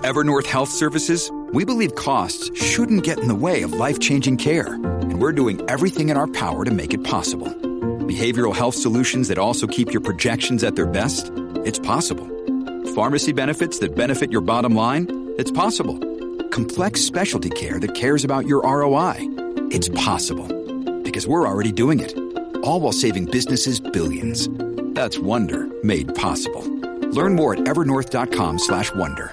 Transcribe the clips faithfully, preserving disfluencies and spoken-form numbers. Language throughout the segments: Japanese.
Evernorth Health Services, we believe costs shouldn't get in the way of life-changing care, and we're doing everything in our power to make it possible. Behavioral health solutions that also keep your projections at their best? It's possible. Pharmacy benefits that benefit your bottom line? It's possible. Complex specialty care that cares about your R O I? It's possible. Because we're already doing it. All while saving businesses billions. That's Wonder made possible. Learn more at evernorth.com slash wonder.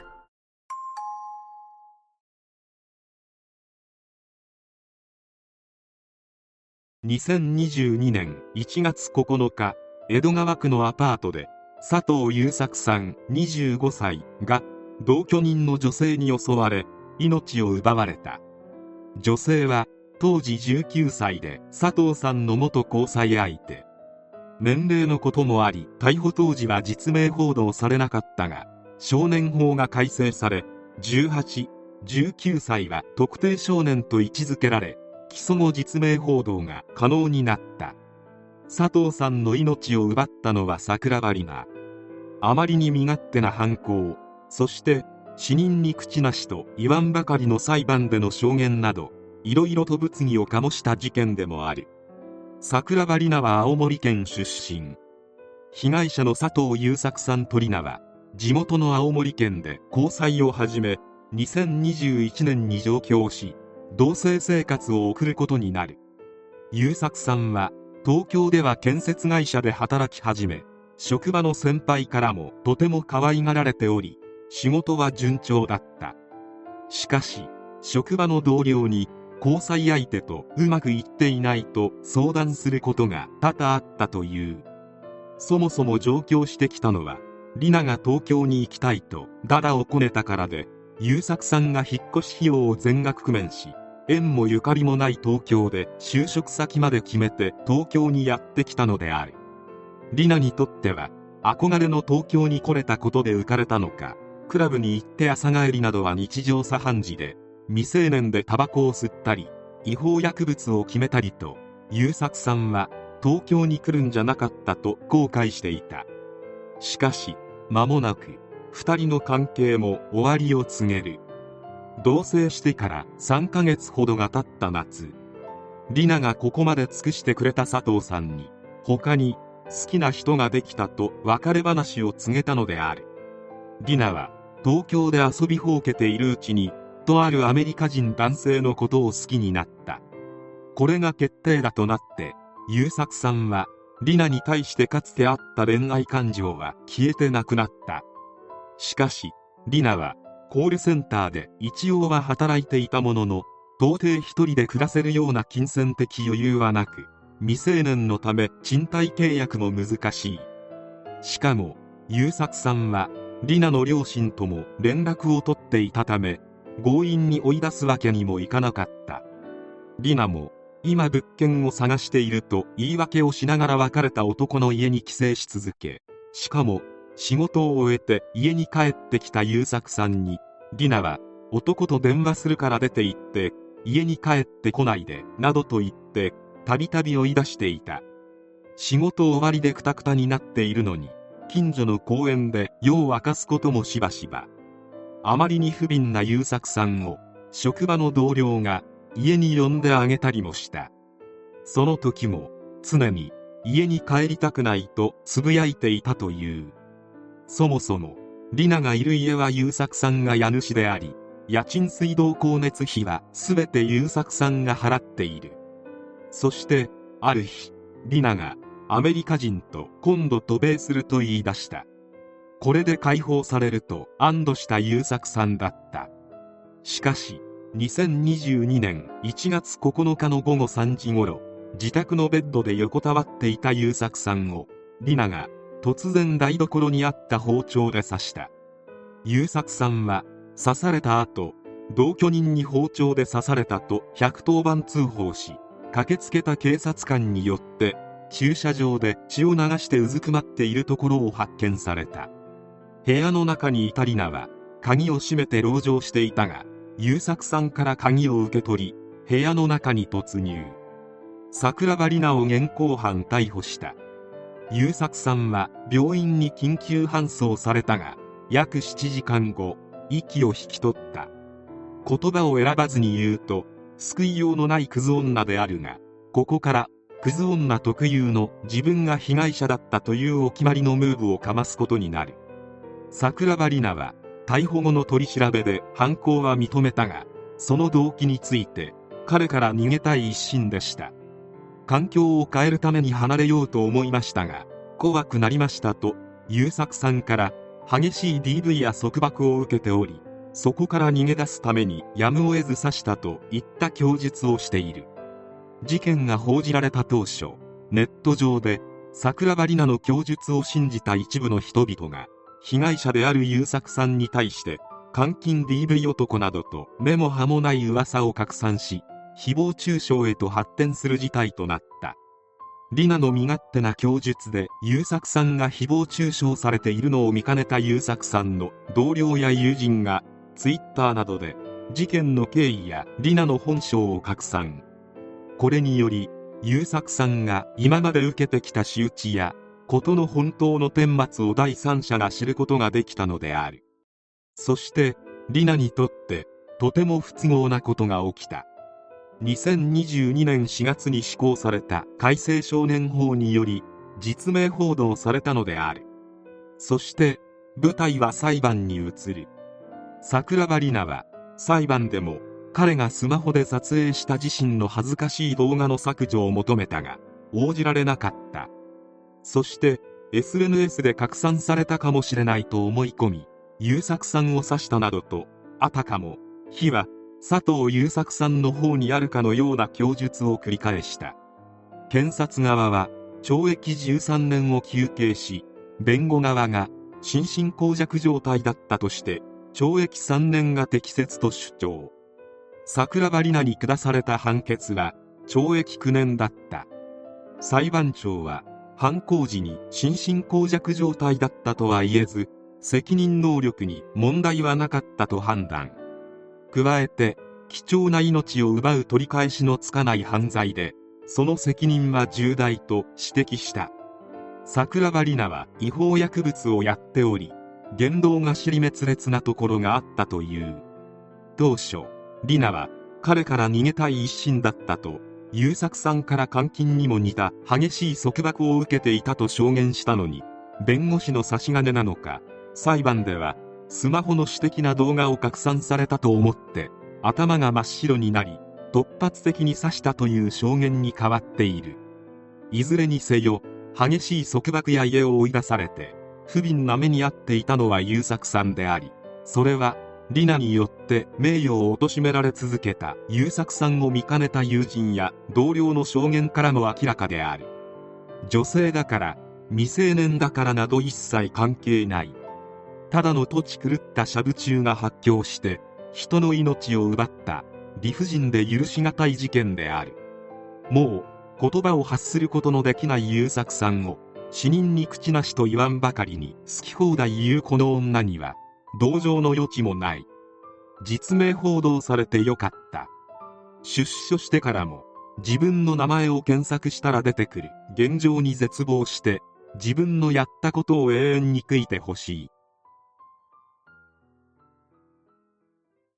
にせんにじゅうにねんいちがつここのか、江戸川区のアパートで佐藤優作さんにじゅうごさいが同居人の女性に襲われ命を奪われた。女性は当時じゅうきゅうさいで佐藤さんの元交際相手。年齢のこともあり逮捕当時は実名報道されなかったが、少年法が改正されじゅうはち、じゅうきゅうさいは特定少年と位置づけられ、起訴後実名報道が可能になった。佐藤さんの命を奪ったのは桜庭里菜。あまりに身勝手な犯行、そして死人に口なしと言わんばかりの裁判での証言などいろいろと物議を醸した事件でもある。桜庭里菜は青森県出身。被害者の佐藤優作さんと里奈は地元の青森県で交際を始め、にせんにじゅういちねんに上京し同棲生活を送ることになる。優作さんは東京では建設会社で働き始め、職場の先輩からもとても可愛がられており、仕事は順調だった。しかし職場の同僚に交際相手とうまくいっていないと相談することが多々あったという。そもそも上京してきたのは里奈が東京に行きたいとダダをこねたからで、優作さんが引っ越し費用を全額工面し、縁もゆかりもない東京で就職先まで決めて東京にやってきたのである。里奈にとっては憧れの東京に来れたことで浮かれたのか、クラブに行って朝帰りなどは日常茶飯事で、未成年でタバコを吸ったり違法薬物を決めたりと、優作さんは東京に来るんじゃなかったと後悔していた。しかし間もなく二人の関係も終わりを告げる。同棲してからさんかげつほどが経った夏、里奈がここまで尽くしてくれた佐藤さんに他に好きな人ができたと別れ話を告げたのである。里奈は東京で遊びほうけているうちにとあるアメリカ人男性のことを好きになった。これが決定打となって優作さんは里奈に対してかつてあった恋愛感情は消えてなくなった。しかし里奈はコールセンターで一応は働いていたものの、到底一人で暮らせるような金銭的余裕はなく、未成年のため賃貸契約も難しい。しかも優作さんは里奈の両親とも連絡を取っていたため、強引に追い出すわけにもいかなかった。里奈も今物件を探していると言い訳をしながら別れた男の家に帰省し続け、しかも仕事を終えて家に帰ってきた優作さんに里奈は男と電話するから出て行って家に帰ってこないでなどと言ってたびたび追い出していた。仕事終わりでクタクタになっているのに近所の公園で夜を明かすこともしばしば。あまりに不憫な優作さんを職場の同僚が家に呼んであげたりもした。その時も常に家に帰りたくないとつぶやいていたという。そもそも里奈がいる家は優作さんが家主であり、家賃水道光熱費は全て優作さんが払っている。そしてある日里奈がアメリカ人と今度渡米すると言い出した。これで解放されると安堵した優作さんだった。しかしにせんにじゅうにねんいちがつここのかのごごさんじごろ、自宅のベッドで横たわっていた優作さんを里奈が突然台所にあった包丁で刺した。優作さんは刺された後、同居人に包丁で刺されたとひゃくとおばん通報し、駆けつけた警察官によって駐車場で血を流してうずくまっているところを発見された。部屋の中にいた里奈は鍵を閉めて籠城していたが、優作さんから鍵を受け取り部屋の中に突入。桜庭里奈を現行犯逮捕した。優作さんは病院に緊急搬送されたが約しちじかんご、 息を引き取った。言葉を選ばずに言うと、救いようのないクズ女であるが、ここからクズ女特有の自分が被害者だったというお決まりのムーブをかますことになる。桜庭里菜は逮捕後の取り調べで犯行は認めたが、その動機について彼から逃げたい一心でした。環境を変えるために離れようと思いましたが怖くなりましたと優作さんから激しい ディーブイ や束縛を受けており、そこから逃げ出すためにやむを得ず刺したといった供述をしている。事件が報じられた当初、ネット上で桜庭里菜の供述を信じた一部の人々が被害者である優作さんに対して監禁 ディーブイ 男などと目も葉もない噂を拡散し、誹謗中傷へと発展する事態となった。里奈の身勝手な供述で優作さんが誹謗中傷されているのを見かねた優作さんの同僚や友人がツイッターなどで事件の経緯や里奈の本性を拡散。これにより優作さんが今まで受けてきた仕打ちや事の本当の顛末を第三者が知ることができたのである。そして里奈にとってとても不都合なことが起きた。にせんにじゅうにねんしがつに施行された改正少年法により実名報道されたのである。そして舞台は裁判に移る。桜庭里菜は裁判でも彼がスマホで撮影した自身の恥ずかしい動画の削除を求めたが応じられなかった。そして エスエヌエス で拡散されたかもしれないと思い込み優作さんを刺したなどと、あたかも非は佐藤優作さんの方にあるかのような供述を繰り返した。検察側は懲役じゅうさんねんを求刑し、弁護側が心神耗弱状態だったとして懲役さんねんが適切と主張。桜庭里菜に下された判決は懲役きゅうねんだった。裁判長は犯行時に心神耗弱状態だったとは言えず責任能力に問題はなかったと判断。加えて貴重な命を奪う取り返しのつかない犯罪でその責任は重大と指摘した。桜庭里菜は違法薬物をやっており言動が支離滅裂なところがあったという。当初里奈は彼から逃げたい一心だったと、優作さんから監禁にも似た激しい束縛を受けていたと証言したのに、弁護士の差し金なのか裁判ではスマホの私的な動画を拡散されたと思って頭が真っ白になり突発的に刺したという証言に変わっている。いずれにせよ激しい束縛や家を追い出されて不憫な目に遭っていたのは優作さんであり、それは里奈によって名誉を貶められ続けた優作さんを見かねた友人や同僚の証言からも明らかである。女性だから未成年だからなど一切関係ない。ただの土地狂ったシャブ中が発狂して人の命を奪った理不尽で許し難い事件である。もう言葉を発することのできない優作さんを死人に口なしと言わんばかりに好き放題言うこの女には同情の余地もない。実名報道されてよかった。出所してからも自分の名前を検索したら出てくる現状に絶望して自分のやったことを永遠に悔いてほしい。